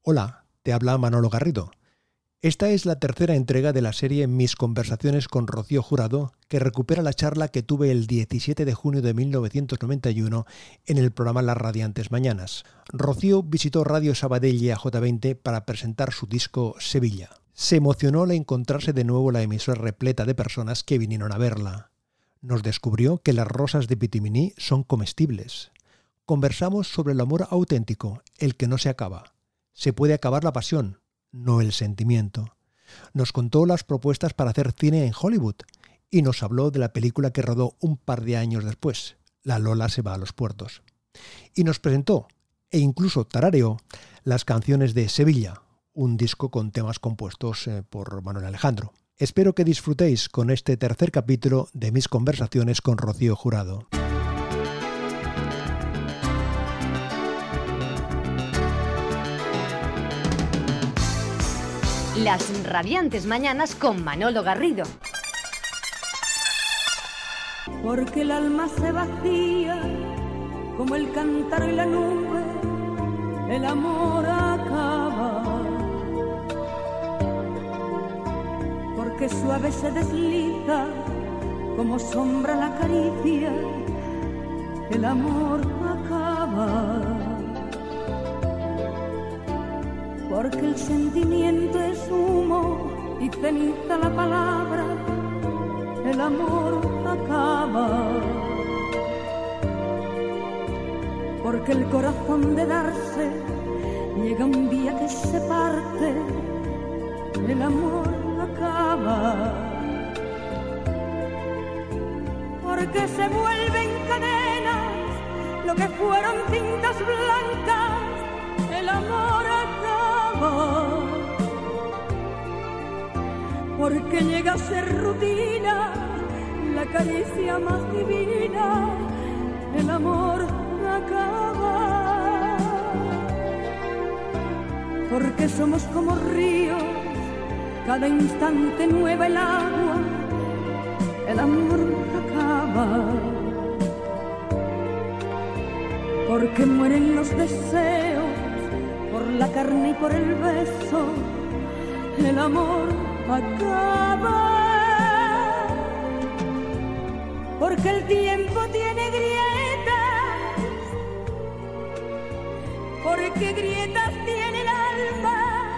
Hola, te habla Manolo Garrido. Esta es la tercera entrega de la serie Mis conversaciones con Rocío Jurado, que recupera la charla que tuve el 17 de junio de 1991 en el programa Las Radiantes Mañanas. Rocío visitó Radio Sabadell y AJ20 para presentar su disco Sevilla. Se emocionó al encontrarse de nuevo la emisora repleta de personas que vinieron a verla. Nos descubrió que las rosas de Pitiminí son comestibles. Conversamos sobre el amor auténtico, el que no se acaba. Se puede acabar la pasión, no el sentimiento. Nos contó las propuestas para hacer cine en Hollywood y nos habló de la película que rodó un par de años después, La Lola se va a los puertos. Y nos presentó, e incluso tarareó, las canciones de Sevilla, un disco con temas compuestos por Manuel Alejandro. Espero que disfrutéis con este tercer capítulo de Mis conversaciones con Rocío Jurado. Las Radiantes Mañanas con Manolo Garrido. Porque el alma se vacía como el cántaro y la nube, el amor acaba. Porque suave se desliza como sombra la caricia, el amor acaba. Porque el sentimiento es humo y ceniza la palabra, el amor acaba. Porque el corazón de darse llega un día que se parte, el amor acaba. Porque se vuelven cadenas lo que fueron cintas blancas, el amor acaba. Porque llega a ser rutina la caricia más divina, el amor acaba. Porque somos como ríos, cada instante nueva el agua, el amor acaba. Porque mueren los deseos por la carne y por el beso, el amor acaba. Porque el tiempo tiene grietas, porque grietas tiene el alma,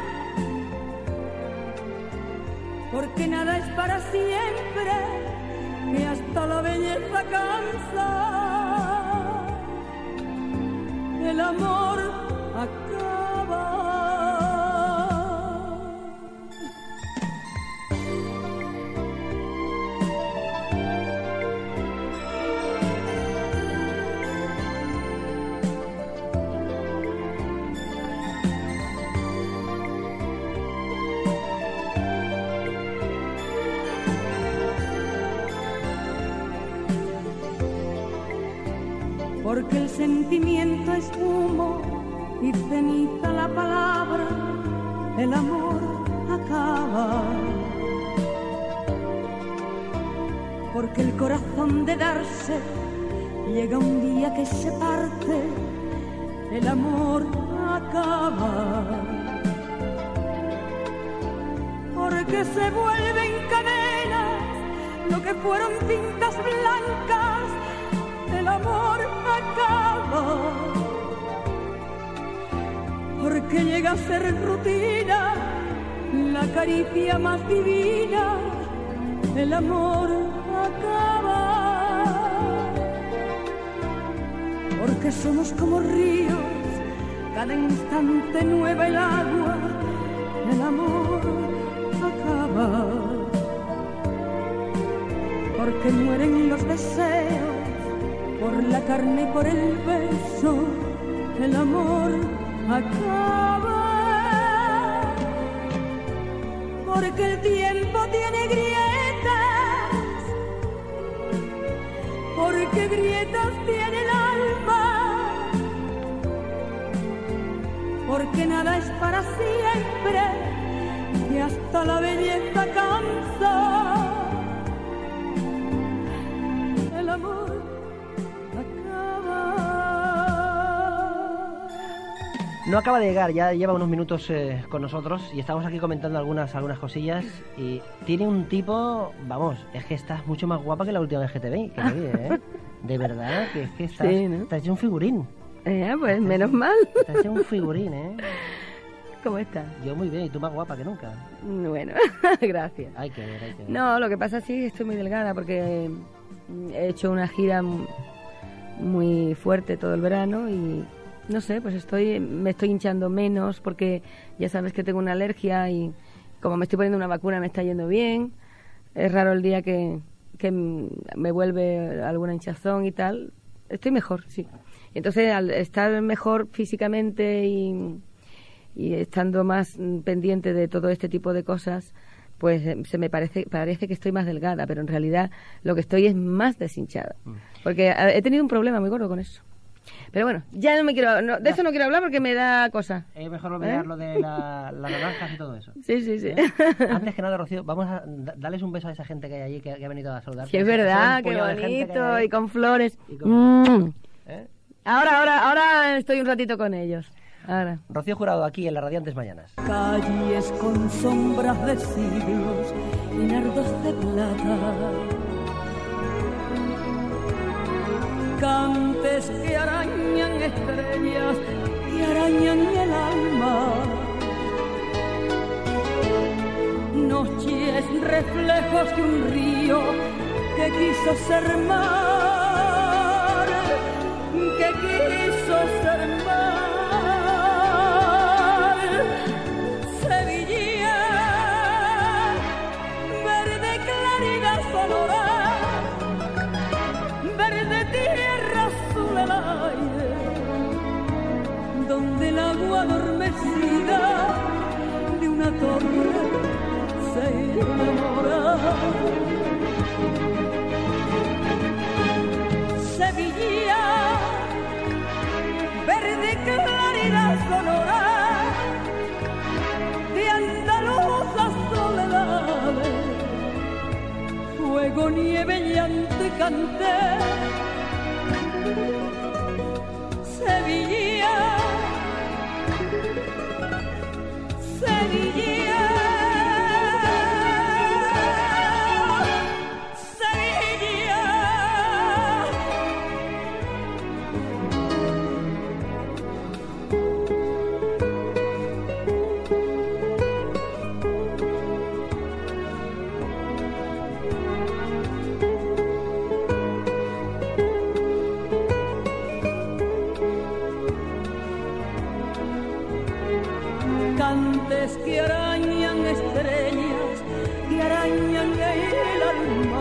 porque nada es para siempre, que hasta la belleza cansa, el amor acaba. Porque el sentimiento es humo y ceniza la palabra, el amor acaba. Porque el corazón de darse llega un día que se parte, el amor acaba. Porque se vuelven cadenas lo que fueron cintas blancas, el amor acaba. Porque llega a ser rutina la caricia más divina, el amor acaba. Porque somos como ríos, cada instante nueva el agua, el amor acaba. Porque mueren los deseos por la carne y por el beso, el amor acaba. Porque el tiempo tiene grietas, porque grietas tiene el alma, porque nada es para siempre, y hasta la belleza cansa, el amor acaba. No acaba de llegar, ya lleva unos minutos con nosotros y estamos aquí comentando algunas cosillas y tiene un tipo, vamos, es que estás mucho más guapa que la última vez que te vi, ¿eh? De verdad, que es que estás, Sí, ¿no? estás hecho un figurín. Pues menos mal. Estás hecho un figurín, ¿eh? ¿Cómo estás? Yo muy bien, y tú más guapa que nunca. Bueno, gracias. Hay que ver. No, lo que pasa es que estoy muy delgada porque he hecho una gira muy fuerte todo el verano y no sé, pues me estoy hinchando menos porque ya sabes que tengo una alergia y como me estoy poniendo una vacuna me está yendo bien. Es raro el día que me vuelve alguna hinchazón y tal. Estoy mejor, sí. Entonces, al estar mejor físicamente y estando más pendiente de todo este tipo de cosas, pues parece que estoy más delgada, pero en realidad lo que estoy es más deshinchada. Porque he tenido un problema muy gordo con eso. Pero bueno, ya de eso no quiero hablar porque me da cosa. Es mejor olvidar lo de las naranjas y todo eso. Sí. Antes que nada, Rocío, vamos a darles un beso a esa gente que hay allí que ha venido a saludar. Sí, es verdad, qué bonito, y con flores. Ahora estoy un ratito con ellos. Ahora. Rocío Jurado, aquí en las Radiantes Mañanas. Calles con sombras de siglos y nardos de plata. Cantes que arañan estrellas y arañan el alma. Noches reflejos de un río que quiso ser mar, que quiso ser mar. Sevilla, verde claridad sonora, verde tierra azul el aire, donde el agua adormecida de una torre se enamora. Sevilla, verde claridad sonora, de andaluzas soledades, fuego, nieve, llanto y canté. Sevilla, Sevilla, Sevilla. Cantes que arañan estrellas y arañan el alma.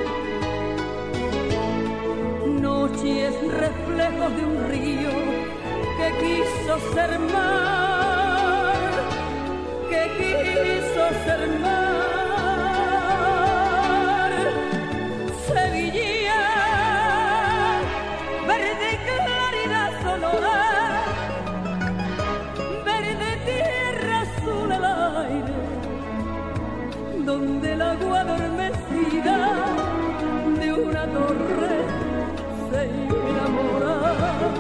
Noches reflejos de un río que quiso ser mar, que quiso ser mar. Sevilla, verde claridad sonora, donde el agua adormecida de una torre se enamora.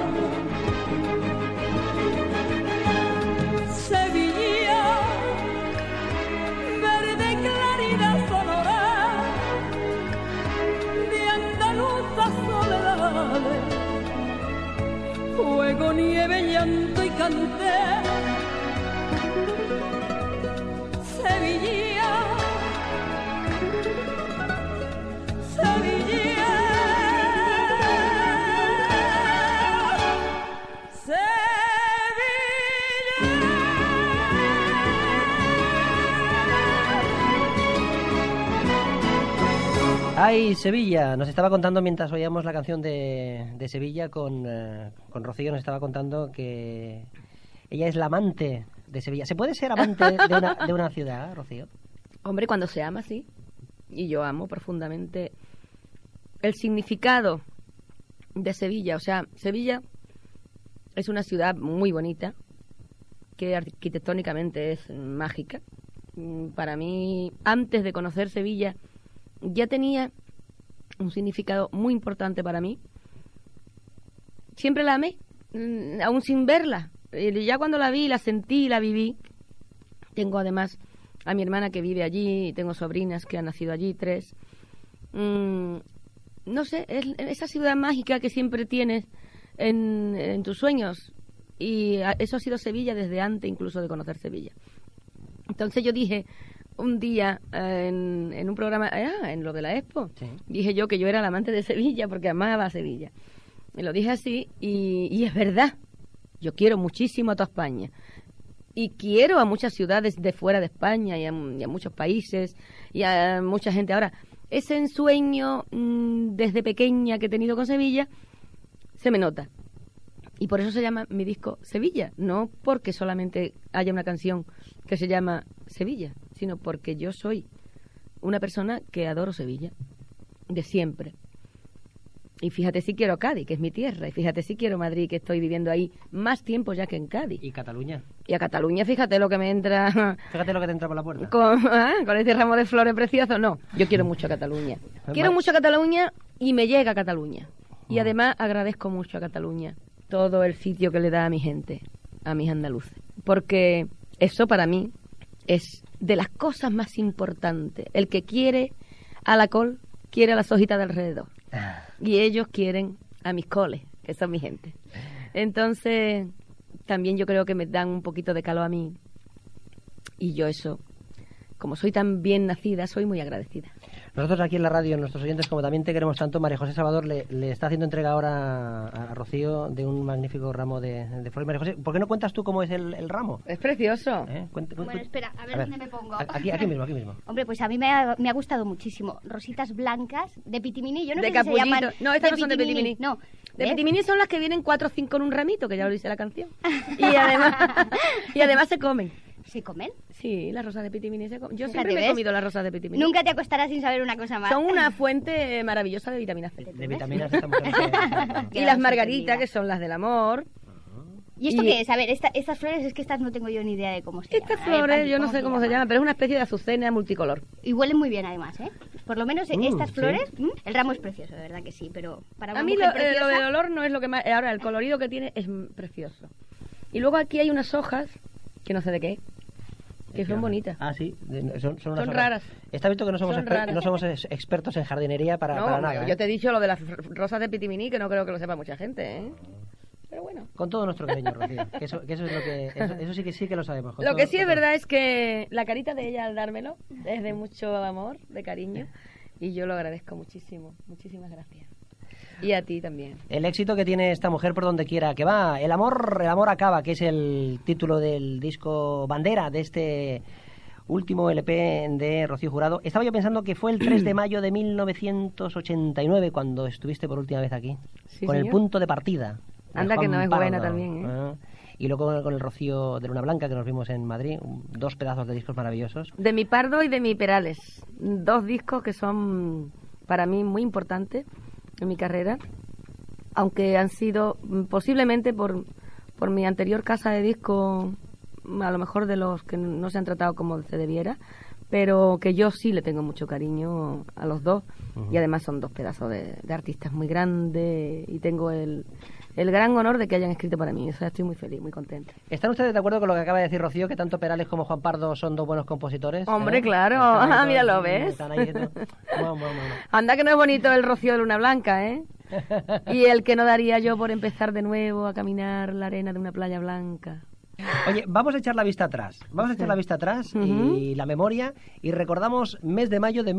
Sevilla, verde claridad sonora, de andaluzas soledades, fuego, nieve, llanto y canté. Sevilla, Sevilla, Ay, Sevilla, nos estaba contando mientras oíamos la canción de Sevilla con Rocío, nos estaba contando que ella es la amante de Sevilla. ¿Se puede ser amante de una ciudad, Rocío? Hombre, cuando se ama, sí. Y yo amo profundamente el significado de Sevilla. O sea, Sevilla es una ciudad muy bonita, que arquitectónicamente es mágica. Para mí, antes de conocer Sevilla, ya tenía un significado muy importante para mí. Siempre la amé, aún sin verla. Y ya cuando la vi, la sentí, la viví. Tengo además a mi hermana que vive allí, tengo sobrinas que han nacido allí, 3. No sé, es esa ciudad mágica que siempre tienes en tus sueños. Y eso ha sido Sevilla desde antes incluso de conocer Sevilla. Entonces yo dije un día en un programa, en lo de la Expo, sí, dije yo que yo era la amante de Sevilla porque amaba a Sevilla. Y lo dije así y es verdad. Yo quiero muchísimo a toda España. Y quiero a muchas ciudades de fuera de España y a muchos países y a mucha gente. Ahora, ese ensueño desde pequeña que he tenido con Sevilla se me nota. Y por eso se llama mi disco Sevilla. No porque solamente haya una canción que se llama Sevilla, sino porque yo soy una persona que adoro Sevilla, de siempre. Y fíjate si quiero Cádiz, que es mi tierra. Y fíjate si quiero Madrid, que estoy viviendo ahí más tiempo ya que en Cádiz. ¿Y Cataluña? Y a Cataluña, fíjate lo que me entra... Fíjate lo que te entra por la puerta. Con este ramo de flores precioso. No, yo quiero mucho a Cataluña. Quiero mucho a Cataluña y me llega a Cataluña. Y además agradezco mucho a Cataluña todo el sitio que le da a mi gente, a mis andaluces. Porque eso para mí es de las cosas más importantes. El que quiere a la col, quiere a las hojitas de alrededor. Y ellos quieren a mis coles, que son mi gente. Entonces, también yo creo que me dan un poquito de calor a mí. Y yo eso, como soy tan bien nacida, soy muy agradecida. Nosotros aquí en la radio, nuestros oyentes, como también te queremos tanto, María José Salvador le está haciendo entrega ahora a Rocío de un magnífico ramo de flores. María José, ¿por qué no cuentas tú cómo es el ramo? Es precioso. Bueno, espera, a ver dónde me pongo. Aquí mismo. Hombre, pues a mí me ha gustado muchísimo. Rositas blancas de pitimini. Yo no de sé capullito. si se llaman... No, estas no son de pitimini. No. De pitimini son las que vienen 4 o 5 en un ramito, que ya lo dice la canción. Y además se comen. ¿Se comen? Sí, las rosas de pitimini se comen. Yo Fíjate, siempre me he comido las rosas de pitimini. Nunca te acostarás sin saber una cosa más. Son una fuente maravillosa de vitamina C. De vitaminas estamos y las margaritas, que son las del amor. ¿Y esto qué es? A ver, estas flores, es que estas no tengo yo ni idea de cómo se llaman. Estas flores, yo no sé cómo se llaman, pero es una especie de azucena multicolor. Y huelen muy bien además, ¿eh? Por lo menos estas flores, el ramo es precioso, de verdad que sí, pero para una mujer preciosa... lo del olor no es lo que más... Ahora, el colorido que tiene es precioso. Y luego aquí hay unas hojas, que no sé de qué, que son bonitas. Ah, sí, son raras. Está visto que no somos expertos en jardinería para nada. Yo te he dicho lo de las rosas de pitimini, que no creo que lo sepa mucha gente, ¿eh? Pero bueno. Con todo nuestro cariño, Rocío. Que eso es lo que... Eso sí que lo sabemos. Lo que sí es verdad es que la carita de ella al dármelo es de mucho amor, de cariño, y yo lo agradezco muchísimo. Muchísimas gracias. Y a ti también. El éxito que tiene esta mujer por donde quiera que va. El amor acaba, que es el título del disco bandera de este último LP de Rocío Jurado. Estaba yo pensando que fue el 3 de mayo de 1989 cuando estuviste por última vez aquí. Sí, con señor. El punto de partida. Anda, que no es buena también, ¿eh? Y luego con el Rocío de Luna Blanca, que nos vimos en Madrid. 2 pedazos de discos maravillosos. De mi Pardo y de mi Perales. 2 discos que son para mí muy importantes en mi carrera, aunque han sido posiblemente por mi anterior casa de disco, a lo mejor de los que no se han tratado como se debiera, pero que yo sí le tengo mucho cariño a los 2. Y además son 2 pedazos de artistas muy grandes y tengo el gran honor de que hayan escrito para mí. O sea, estoy muy feliz, muy contenta. ¿Están ustedes de acuerdo con lo que acaba de decir Rocío, que tanto Perales como Juan Pardo son 2 buenos compositores? Hombre, claro. Mira, ¿lo ves? Bueno. Anda que no es bonito el Rocío de Luna Blanca, ¿eh? Y el que no daría yo por empezar de nuevo a caminar la arena de una playa blanca. Oye, vamos a echar la vista atrás. Y la memoria, y recordamos mes de mayo de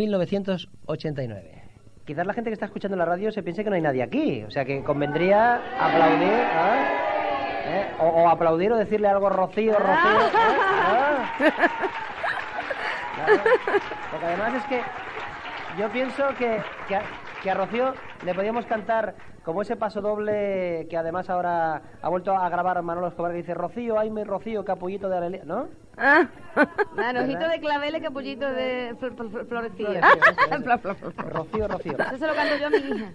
1989. Quizás la gente que está escuchando la radio se piense que no hay nadie aquí. O sea, que convendría aplaudir, o aplaudir o decirle algo Rocío. Claro. Porque además es que yo pienso que a Rocío le podíamos cantar como ese paso doble que además ahora ha vuelto a grabar Manolo Escobar, que dice Rocío, ay mi Rocío, capullito de Arelia, ¿no? Manojito de claveles, capullito de florecilla. Rocío. Eso se lo canto yo a mi hija.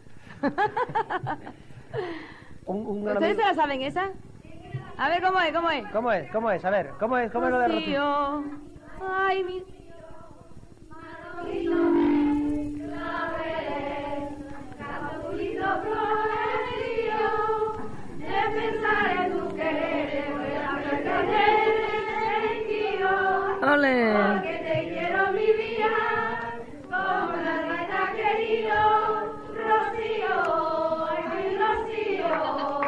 ¿Ustedes se la saben esa? A ver, ¿cómo es? ¿Cómo es? A ver, ¿cómo es lo de Rocío? Ay, mi... De pensar en tu querer. ¡Ole! Porque te quiero mi vida, como nadie te ha querido, Rocío, ay, Rocío.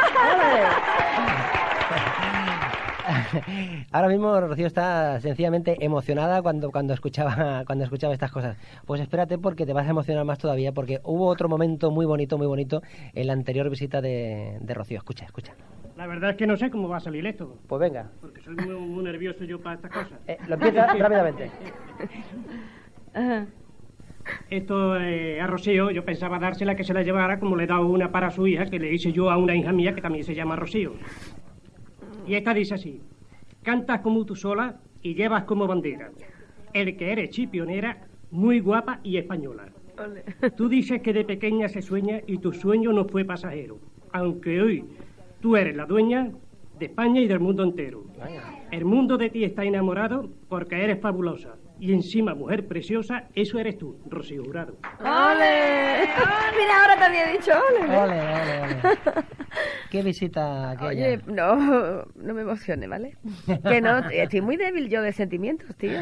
Ahora mismo Rocío está sencillamente emocionada cuando escuchaba estas cosas. Pues espérate porque te vas a emocionar más todavía, porque hubo otro momento muy bonito en la anterior visita de Rocío. Escucha. La verdad es que no sé cómo va a salir esto, Pues venga, porque soy muy nervioso yo para estas cosas. lo empieza rápidamente. Ajá. Esto a Rocío yo pensaba dársela que se la llevara como le he dado una para su hija, que le hice yo a una hija mía que también se llama Rocío. Y esta dice así: cantas como tú sola y llevas como bandera el que eres chipionera, muy guapa y española. Ole. Tú dices que de pequeña se sueña y tu sueño no fue pasajero, aunque hoy tú eres la dueña de España y del mundo entero. El mundo de ti está enamorado porque eres fabulosa. Y encima, mujer preciosa, eso eres tú, Rocío Jurado. ¡Ole! Mira, ahora también he dicho ole. Ole. Qué visita aquella. Oye, no me emociones, ¿vale? Que no, estoy muy débil yo de sentimientos, tío.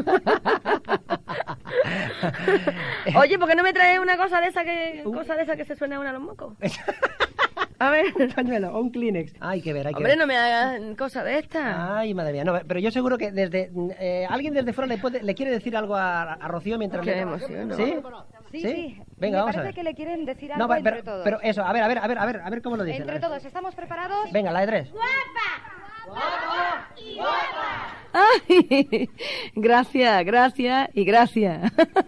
Oye, ¿por qué no me traes una cosa de esa que se suena a una a los mocos? A ver. Un pañuelo o un Kleenex. Hay que ver. Hombre, no me hagas cosa de esta. Ay, madre mía. No, pero yo seguro que alguien desde fuera le quiere decir algo a Rocío mientras Qué le... emoción, ¿no? ¿Sí? Sí. Venga, Me vamos a parece ver. que le quieren decir algo No, entre todos. pero eso, a ver cómo lo dicen. Entre todos, ¿estamos preparados? Venga, la de 3. Ay, gracias y gracias.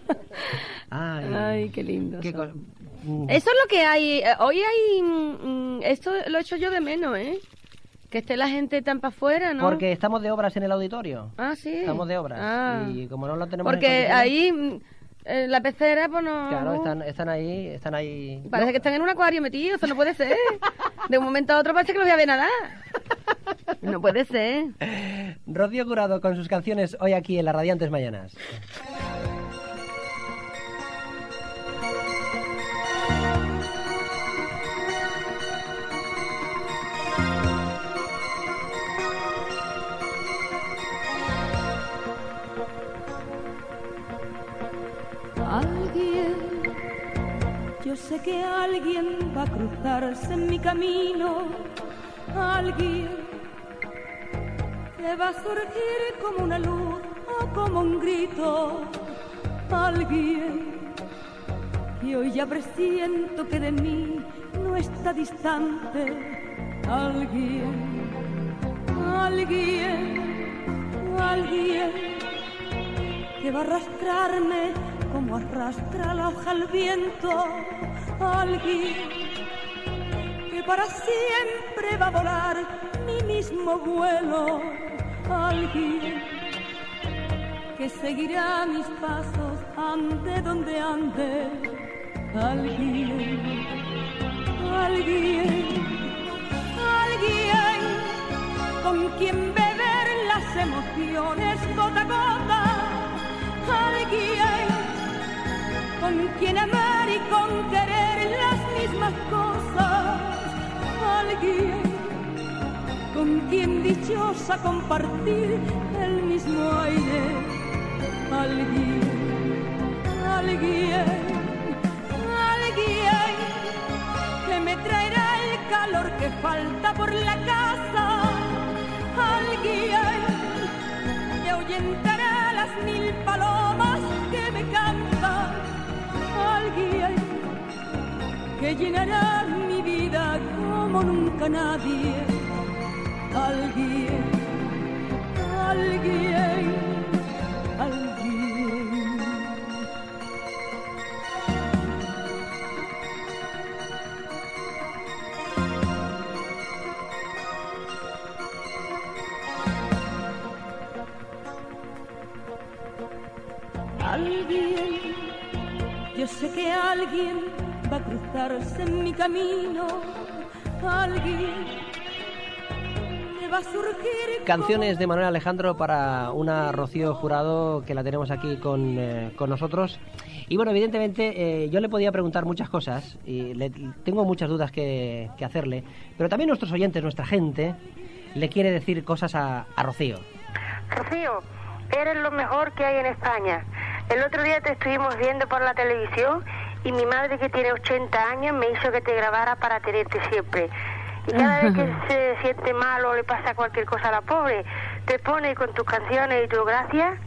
Ay, qué lindo. qué son. co- Eso es lo que hay. Hoy hay. Esto lo echo yo de menos, ¿eh? Que esté la gente tan para afuera, ¿no? Porque estamos de obras en el auditorio. Ah, sí. Estamos de obras. Ah. Y como no lo tenemos en Porque condiciones- ahí. La pecera, pues no. Claro, están ahí. Parece que están en un acuario metidos, eso no puede ser. De un momento a otro parece que los voy a ver nadar. No puede ser. Rocío Jurado con sus canciones hoy aquí en las Radiantes Mañanas. Alguien, yo sé que alguien va a cruzarse en mi camino, alguien que va a surgir como una luz o como un grito, alguien que hoy ya presiento que de mí no está distante, alguien que va a arrastrarme como arrastra la hoja al viento, alguien que para siempre va a volar mi mismo vuelo, alguien que seguirá mis pasos ande donde ande, alguien con quien beber las emociones gota a gota, alguien con quien amar y con querer las mismas cosas, alguien con quien dichosa compartir el mismo aire, alguien que me traerá el calor que falta por la casa, alguien que ahuyentará las 1000 palomas que me cantan, alguien que llenará mi vida como nunca nadie, alguien. Alguien, yo sé que alguien va a cruzarse en mi camino, alguien que va a surgir. Canciones de Manuel Alejandro para una Rocío Jurado que la tenemos aquí con nosotros. Y bueno, evidentemente yo le podía preguntar muchas cosas y tengo muchas dudas que hacerle, pero también nuestros oyentes, nuestra gente, le quiere decir cosas a Rocío. Rocío, eres lo mejor que hay en España. El otro día te estuvimos viendo por la televisión y mi madre, que tiene 80 años, me hizo que te grabara para tenerte siempre. Y cada vez que se siente mal o le pasa cualquier cosa a la pobre, te pone con tus canciones y tu gracia,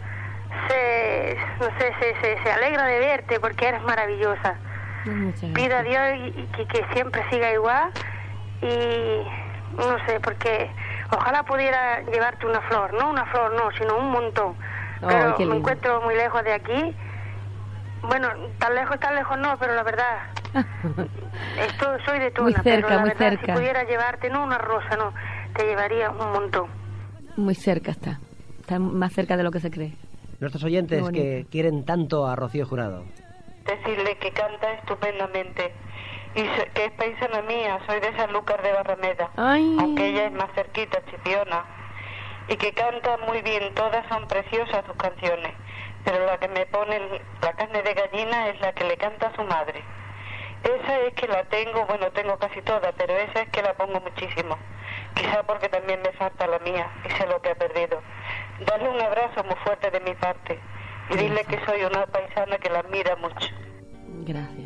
se alegra de verte porque eres maravillosa. Pido a Dios que siempre siga igual y no sé, porque ojalá pudiera llevarte una flor, no, sino un montón. Pero me encuentro muy lejos de aquí. Bueno, tan lejos no, pero la verdad, soy de Tuna, muy cerca, pero la muy verdad, cerca. Si pudiera llevarte, no una rosa, no, te llevaría un montón. Muy cerca está más cerca de lo que se cree. Nuestros oyentes que quieren tanto a Rocío Jurado. Decirle que canta estupendamente y que es paisana mía, soy de Sanlúcar de Barrameda. Ay. Aunque ella es más cerquita, Chipiona, y que canta muy bien, todas son preciosas sus canciones, pero la que me pone la carne de gallina es la que le canta a su madre. Esa es que la tengo, bueno, tengo casi todas, pero esa es que la pongo muchísimo, quizá porque también me falta la mía y sé lo que ha perdido. Dale un abrazo muy fuerte de mi parte y dile que soy una paisana que la admira mucho. Gracias.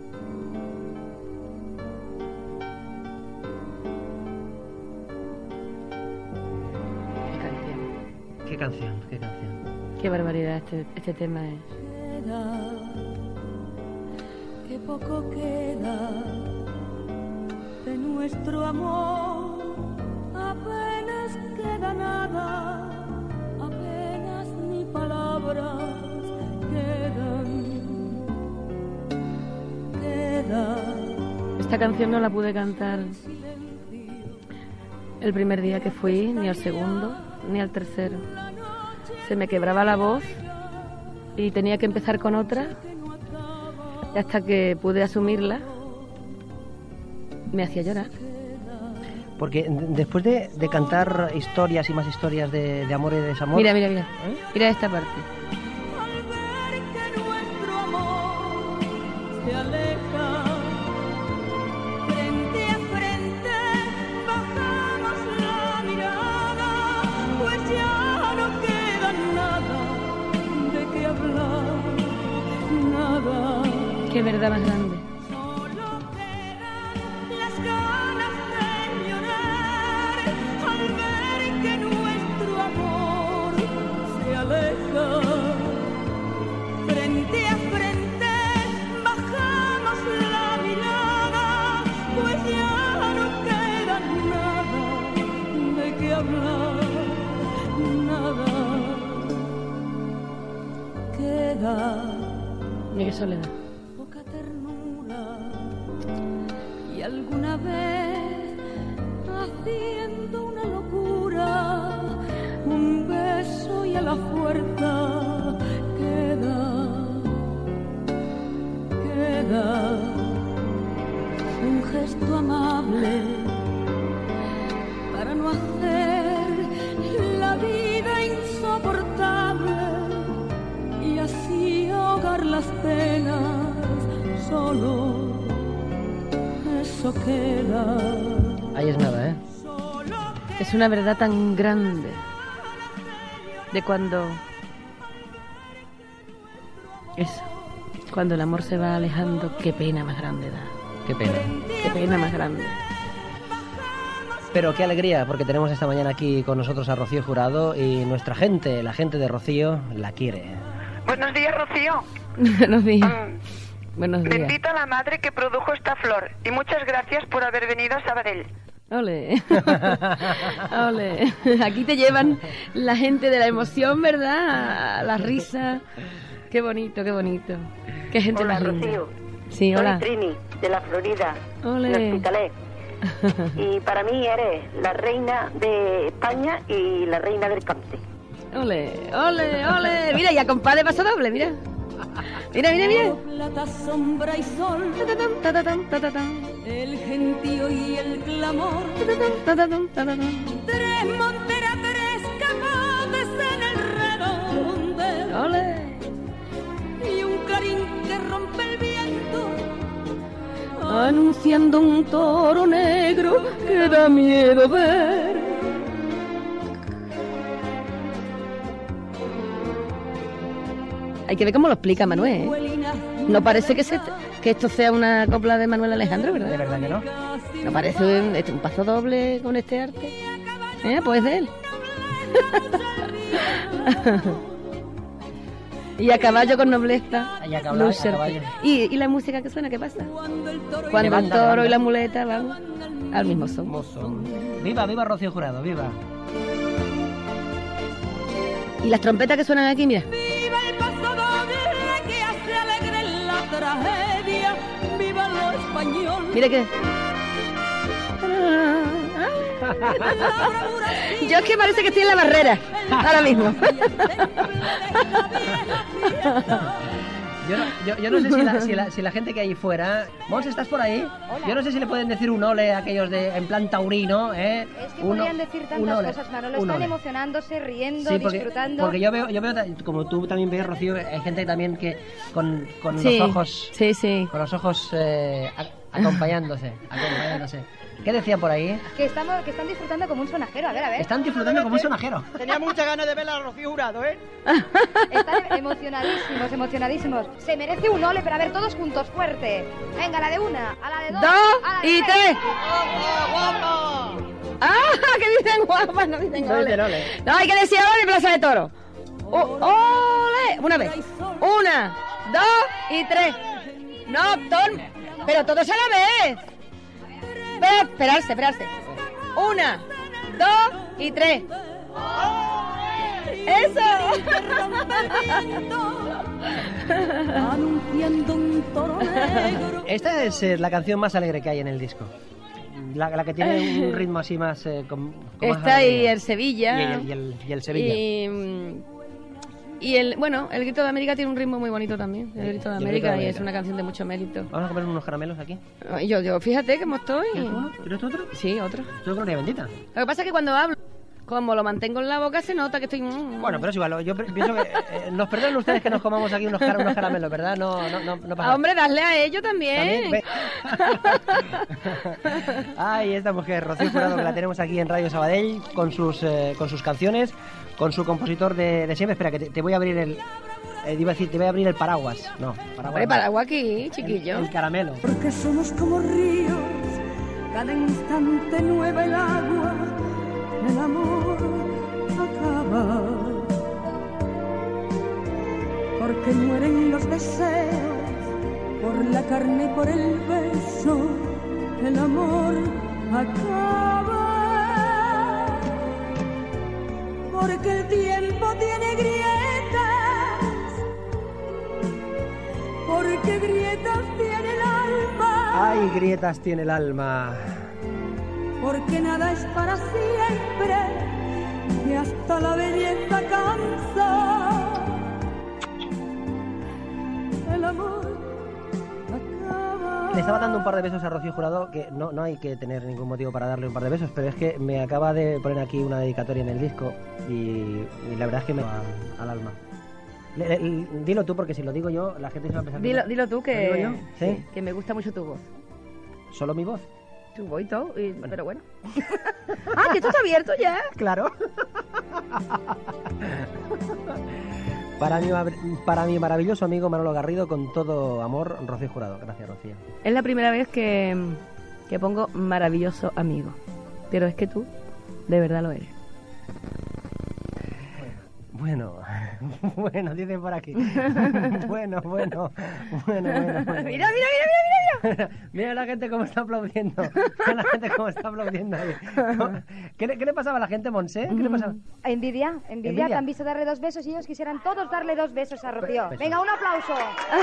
¿Qué canción? Qué barbaridad este tema es. Qué poco queda de nuestro amor, apenas queda nada, apenas ni palabras quedan. Esta canción no la pude cantar el primer día que fui, ni al segundo, ni al tercero. Se me quebraba la voz y tenía que empezar con otra, y hasta que pude asumirla me hacía llorar. Porque después de cantar historias y más historias de amor y de desamor... Mira, mira esta parte. Se aleja, frente a frente, bajamos la mirada, pues ya no queda nada de qué hablar, nada. Qué verdad más grande. Solo quedan las ganas de llorar al ver que nuestro amor se aleja, frente a frente. Mira qué soledad. Poca ternura y alguna vez haciendo una locura, un beso y a la fuerza queda un gesto amable para no hacer la vida insoportable y así ahogar las penas. Solo eso queda. Ahí es nada, ¿eh? Es una verdad tan grande de cuando eso, cuando el amor se va alejando, qué pena más grande da. Qué pena más grande. Pero qué alegría, porque tenemos esta mañana aquí con nosotros a Rocío Jurado y nuestra gente, la gente de Rocío, la quiere. Buenos días, Rocío. Buenos días. Buenos días. Bendita la madre que produjo esta flor y muchas gracias por haber venido a Sabadell. Ole. Ole. Aquí te llevan la gente de la emoción, ¿verdad? La risa. Qué bonito, qué bonito. Qué gente hola, más linda. Rocío. Sí, hola. Soy Trini, de la Florida, Ole. de Hospitalet. Y para mí eres la reina de España y la reina del cante. Ole, ole, ole. Mira, ya compadre paso doble, mira. Mira, mira, mira. Plata, sombra y sol, Ta-ta-tam, ta-ta-tam, ta-ta-tam. el gentío y el clamor. Ta-ta-tam, ta-ta-tam. Tres monteras, tres capotes en el redondel. Ole. Y un clarín que rompe el viento. Anunciando un toro negro que da miedo ver. Hay que ver cómo lo explica Manuel, ¿eh? No parece que esto sea una copla de Manuel Alejandro, ¿verdad? De verdad que no. No parece un paso doble con este arte. Pues de él. Y a caballo con nobleza. Y a caballo. ¿Y la música que suena, qué pasa? Cuando el toro y la muleta van al mismo son. Viva, viva Rocío Jurado, viva. Y las trompetas que suenan aquí, mira. Viva el paso doble que hace alegre la tragedia. Viva lo español. Mira que... Yo es que parece que estoy en la barrera ahora mismo. Yo no sé si la gente que hay fuera... Mons, ¿estás por ahí? Hola. Yo no sé si le pueden decir un ole a aquellos en plan taurino, ¿eh? Es que podrían decir tantas cosas, Manolo. Están emocionándose, riendo, disfrutando. Porque yo veo, como tú también ves, Rocío, hay gente también que con sí, los ojos... Sí. Con los ojos acompañándose. ¿Qué decían por ahí? Que están disfrutando como un sonajero, a ver. Están disfrutando como un sonajero. Tenía muchas ganas de ver a Rocío Jurado, ¿eh? Están emocionadísimos. Se merece un ole, pero a ver, todos juntos, fuerte. Venga, a la de una, a la de dos, a la de tres. ¡Guapa! Que dicen guapa, no dicen ole. No, hay que decir ole en Plaza de Toro. ¡Ole! Una vez. 1, 2 y 3. No, pero todos a la vez. Esperarse. 1, 2 y 3. ¡Eso! Anunciando un toro negro. Esta es la canción más alegre que hay en el disco. La que tiene un ritmo así más... Está ahí el Sevilla. Y el Sevilla. Y el Grito de América tiene un ritmo muy bonito también. El Grito de América, y es una canción de mucho mérito. Vamos a comer unos caramelos aquí. Yo fíjate cómo estoy. ¿Quieres uno? ¿Quieres otro? Sí, otro. ¿Tú gloria bendita? Lo que pasa es que cuando hablo, como lo mantengo en la boca, se nota que estoy... Bueno, pero es igual. Yo pienso que nos perdonen ustedes que nos comamos aquí unos caramelos, ¿verdad? No pasa. Hombre, dale a ellos también. Ay, esta mujer, Rocío Jurado, que la tenemos aquí en Radio Sabadell con sus canciones, con su compositor de siempre. Espera, que te voy a abrir el... te voy a abrir el paraguas. No, paraguas. Hombre, paraguas aquí, chiquillo. El caramelo. Porque somos como ríos, cada instante nueva el agua, el amor acaba. Porque mueren los deseos, por la carne y por el beso, el amor acaba. Porque el tiempo tiene grietas, porque grietas tiene el alma. Ay, grietas tiene el alma. Porque nada es para siempre, que hasta la belleza cansa. El amor acaba. Le estaba dando un par de besos a Rocío Jurado, que no hay que tener ningún motivo para darle un par de besos, pero es que me acaba de poner aquí una dedicatoria en el disco y la verdad es que me va al alma. Dilo tú, porque si lo digo yo, la gente se va a pensar... Dilo tú, que... ¿Lo digo yo? ¿Sí? Que me gusta mucho tu voz. ¿Solo mi voz? Tu voz y todo, pero bueno. Que esto está abierto ya. Claro. Para mi maravilloso amigo Manolo Garrido, con todo amor, Rocío Jurado. Gracias, Rocío. Es la primera vez que pongo maravilloso amigo. Pero es que tú, de verdad lo eres. Bueno, dicen por aquí. Bueno. Mira. Mira la gente cómo está aplaudiendo. Ahí. ¿Qué le pasaba a la gente, Monse? ¿Qué le pasaba? Envidia. Te han visto darle 2 besos y ellos quisieran todos darle 2 besos a Rocío. Venga, un aplauso.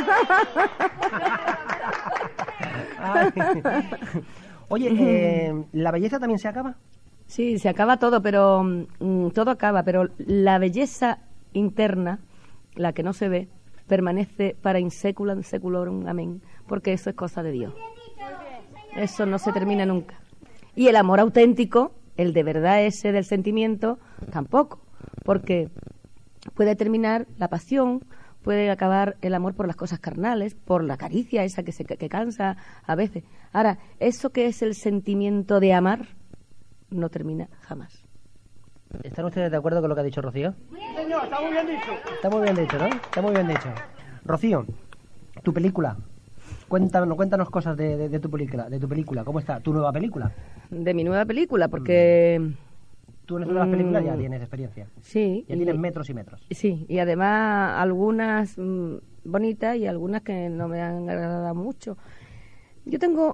Oye, ¿la belleza también se acaba? Sí, se acaba todo, pero todo acaba, pero la belleza interna, la que no se ve, permanece para in seculam seculorum, amén, porque eso es cosa de Dios. Eso no se termina nunca. Y el amor auténtico, el de verdad ese del sentimiento, tampoco, porque puede terminar la pasión, puede acabar el amor por las cosas carnales, por la caricia esa que cansa a veces. Ahora, eso que es el sentimiento de amar, no termina jamás. ¿Están ustedes de acuerdo con lo que ha dicho Rocío? Señor, está muy bien dicho. Está muy bien dicho, ¿no? Está muy bien dicho. Rocío, tu película. Cuéntanos cosas de tu película. ¿Cómo está? ¿Tu nueva película? De mi nueva película, porque... Tú en estas nuevas películas ya tienes experiencia. Sí. Ya tienes metros y metros. Sí, y además algunas bonitas y algunas que no me han agradado mucho. Yo tengo,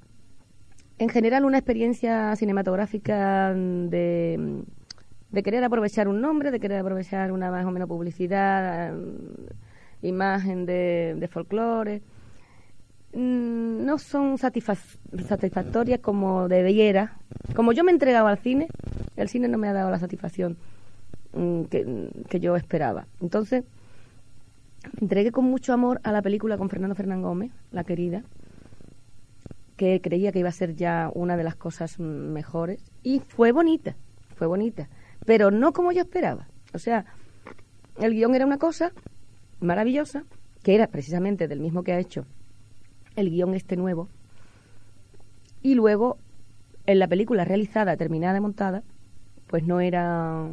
en general, una experiencia cinematográfica de querer aprovechar un nombre, de querer aprovechar una más o menos publicidad, imagen de folclore. No son satisfactorias como debiera. Como yo me he entregado al cine, el cine no me ha dado la satisfacción que yo esperaba. Entonces, me entregué con mucho amor a la película con Fernando Fernán Gómez, La querida, que creía que iba a ser ya una de las cosas mejores, y fue bonita, pero no como yo esperaba. O sea, el guión era una cosa maravillosa, que era precisamente del mismo que ha hecho el guión este nuevo, y luego en la película realizada, terminada y montada, pues no era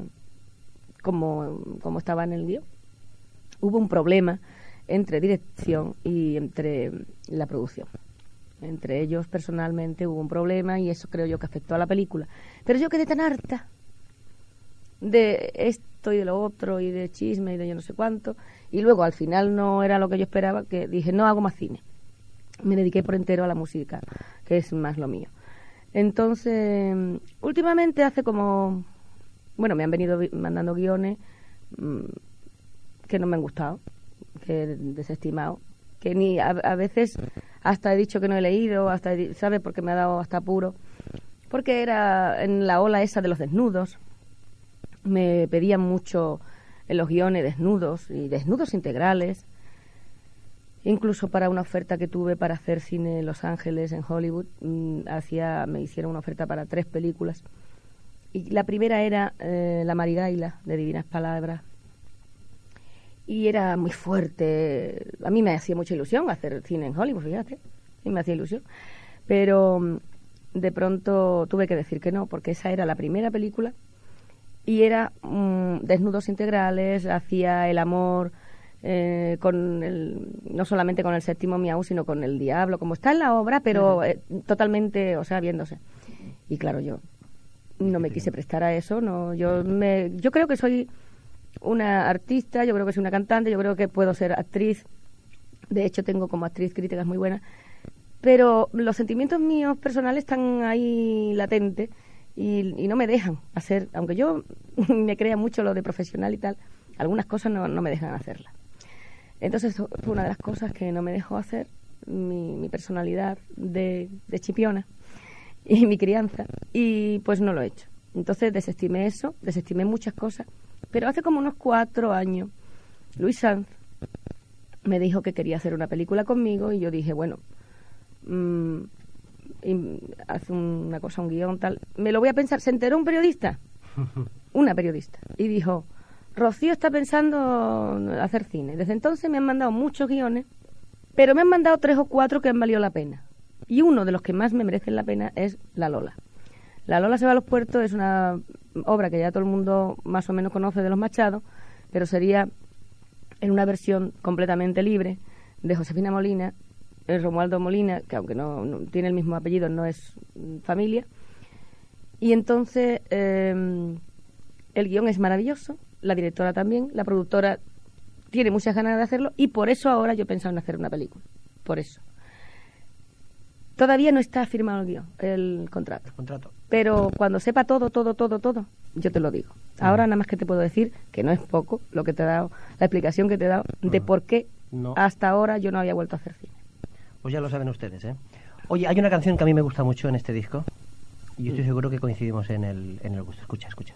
como estaba en el guión. Hubo un problema entre dirección y entre la producción. Entre ellos personalmente hubo un problema y eso creo yo que afectó a la película. Pero yo quedé tan harta de esto y de lo otro y de chisme y de yo no sé cuánto, y luego al final no era lo que yo esperaba, que dije no hago más cine. Me dediqué por entero a la música, que es más lo mío. Entonces, últimamente hace como... Bueno, me han venido mandando guiones que no me han gustado, que he desestimado, que ni a veces hasta he dicho que no he leído, ¿sabes? Porque me ha dado hasta apuro. Porque era en la ola esa de los desnudos. Me pedían mucho en los guiones desnudos y desnudos integrales. Incluso para una oferta que tuve para hacer cine en Los Ángeles, en Hollywood, me hicieron una oferta para 3 películas. Y la primera era La Maridaila, de Divinas Palabras. Y era muy fuerte. A mí me hacía mucha ilusión hacer cine en Hollywood, fíjate. Sí, me hacía ilusión. Pero de pronto tuve que decir que no, porque esa era la primera película. Y era desnudos integrales, hacía el amor... no solamente con el séptimo miau, sino con el diablo, como está en la obra, pero totalmente, o sea, viéndose. Y claro, yo no me quise prestar a eso, no, yo creo que soy una artista, yo creo que soy una cantante, yo creo que puedo ser actriz, de hecho tengo como actriz críticas muy buenas, pero los sentimientos míos personales están ahí latentes y no me dejan hacer, aunque yo me crea mucho lo de profesional y tal, algunas cosas no me dejan hacerlas. Entonces fue una de las cosas que no me dejó hacer mi personalidad de chipiona y mi crianza, y pues no lo he hecho. Entonces desestimé eso, desestimé muchas cosas, pero hace como unos 4 años Luis Sanz me dijo que quería hacer una película conmigo y yo dije, bueno, hace una cosa, un guión, tal, me lo voy a pensar. Se enteró un periodista, una periodista, y dijo... Rocío está pensando hacer cine. Desde entonces me han mandado muchos guiones, pero me han mandado 3 o 4 que han valido la pena. Y uno de los que más me merecen la pena es La Lola. La Lola se va a los puertos es una obra que ya todo el mundo más o menos conoce de los Machado, pero sería en una versión completamente libre de Josefina Molina, Romualdo Molina, que aunque no tiene el mismo apellido, no es familia. Y entonces el guión es maravilloso. La directora también, la productora tiene muchas ganas de hacerlo y por eso ahora yo he pensado en hacer una película. Por eso. Todavía no está firmado el guión, el contrato. Pero cuando sepa todo, yo te lo digo. Ahora nada más que te puedo decir que no es poco lo que te he dado, la explicación que te he dado de por qué hasta ahora yo no había vuelto a hacer cine. Pues ya lo saben ustedes, ¿eh? Oye, hay una canción que a mí me gusta mucho en este disco y yo estoy seguro que coincidimos en el gusto. Escucha.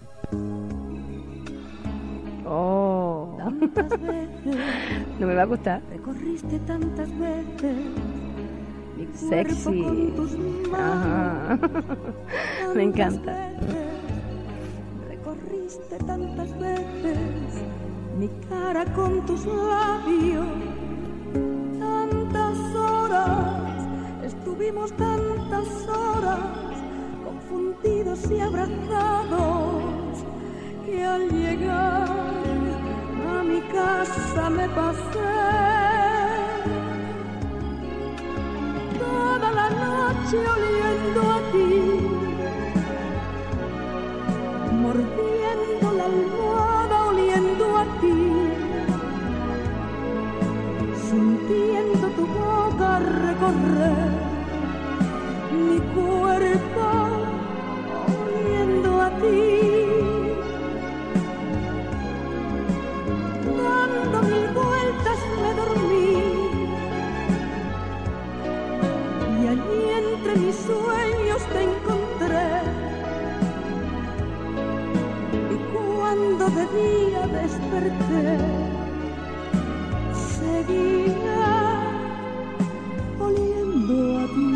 Oh, no me va a gustar. Recorriste tantas veces mi sexy. Ajá. Me encanta. Recorriste tantas veces mi cara con tus labios. Tantas horas, estuvimos tantas horas confundidos y abrazados. y al llegar a mi casa me pasé toda la noche oliendo a ti, mordiendo la almohada oliendo a ti, sintiendo tu boca recorrer mi cuerpo oliendo a ti, dando mil vueltas me dormí y allí entre mis sueños te encontré, y cuando de día desperté seguía oliendo a ti.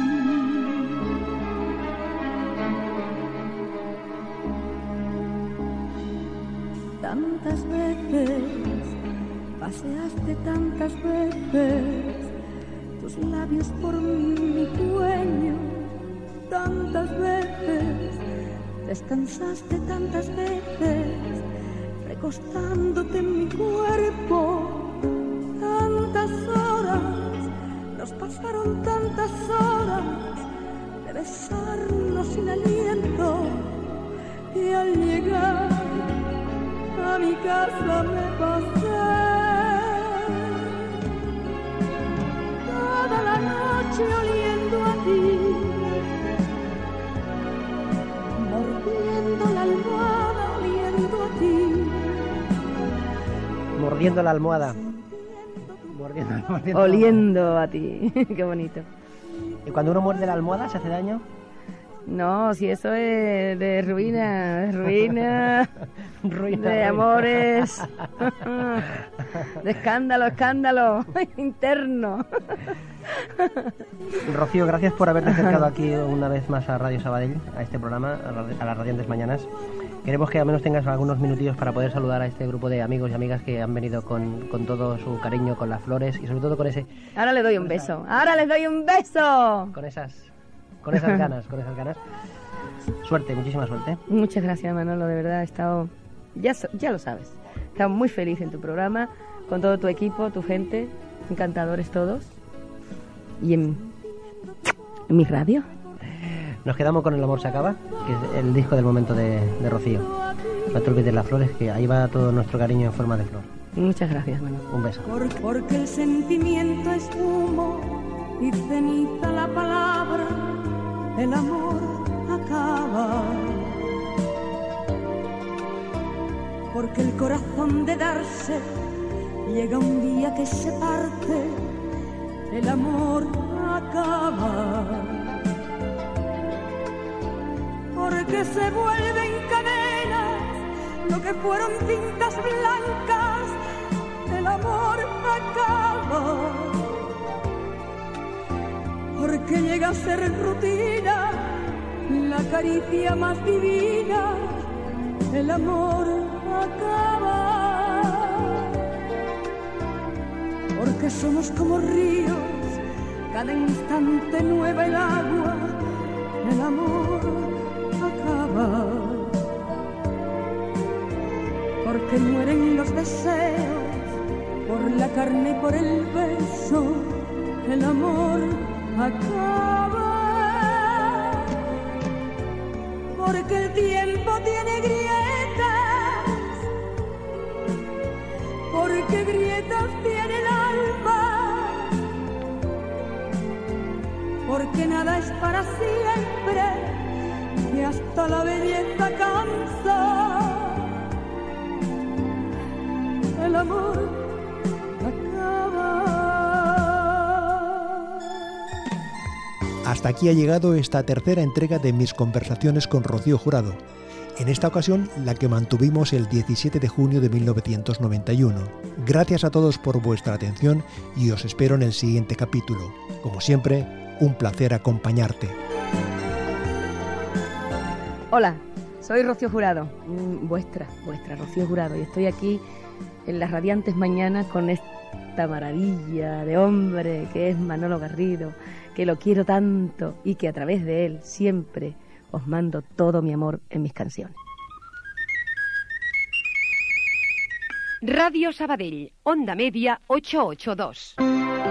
Tantas veces paseaste, tantas veces tus labios por mi cuello, tantas veces descansaste, tantas veces recostándote en mi cuerpo, tantas horas nos pasaron, tantas horas de besarnos sin aliento, y al llegar a mi casa me pasé toda la noche oliendo a ti, mordiendo la almohada oliendo a ti, mordiendo la almohada, oliendo a ti. Qué bonito. ¿Y cuando uno muerde la almohada se hace daño? No, si eso es de ruina, Ruina, de amores, de escándalo interno. Rocío, gracias por haberte acercado aquí una vez más a Radio Sabadell, a este programa, a las Radiantes Mañanas. Queremos que al menos tengas algunos minutillos para poder saludar a este grupo de amigos y amigas que han venido con todo su cariño, con las flores y sobre todo con ese... Ahora les doy un beso, ahora les doy un beso. Con esas ganas. Suerte, muchísima suerte. Muchas gracias, Manolo, de verdad he estado, ya lo sabes, he estado muy feliz en tu programa, con todo tu equipo, tu gente, encantadores todos, y en mi radio. Nos quedamos con El amor se acaba, que es el disco del momento de Rocío. No te olvides las flores, que ahí va todo nuestro cariño en forma de flor. Muchas gracias, Manolo. Un beso. Porque el sentimiento es humo y ceniza la palabra, el amor acaba. Porque el corazón de darse llega un día que se parte, el amor acaba. Porque se vuelven cadenas lo que fueron cintas blancas, el amor acaba. Porque llega a ser rutina la caricia más divina, el amor acaba. Porque somos como ríos, cada instante nueva el agua, el amor acaba. Porque mueren los deseos por la carne y por el beso, el amor acaba. Porque el tiempo tiene grietas, porque grietas tiene el alma, porque nada es para siempre y hasta la belleza cansa, el amor acaba. Hasta aquí ha llegado esta tercera entrega de mis conversaciones con Rocío Jurado. En esta ocasión, la que mantuvimos el 17 de junio de 1991. Gracias a todos por vuestra atención y os espero en el siguiente capítulo. Como siempre, un placer acompañarte. Hola, soy Rocío Jurado, vuestra Rocío Jurado, y estoy aquí en las Radiantes Mañanas con esta maravilla de hombre que es Manolo Garrido, que lo quiero tanto y que a través de él siempre os mando todo mi amor en mis canciones. Radio Sabadell, Onda Media 882.